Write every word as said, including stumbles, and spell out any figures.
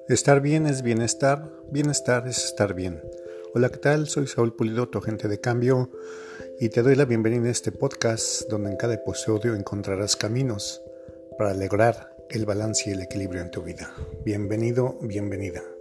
Estar bien es bienestar, bienestar es estar bien. Hola, ¿qué tal? Soy Saúl Pulido, tu agente de cambio, y te doy la bienvenida a este podcast donde en cada episodio encontrarás caminos para lograr el balance y el equilibrio en tu vida. Bienvenido, bienvenida.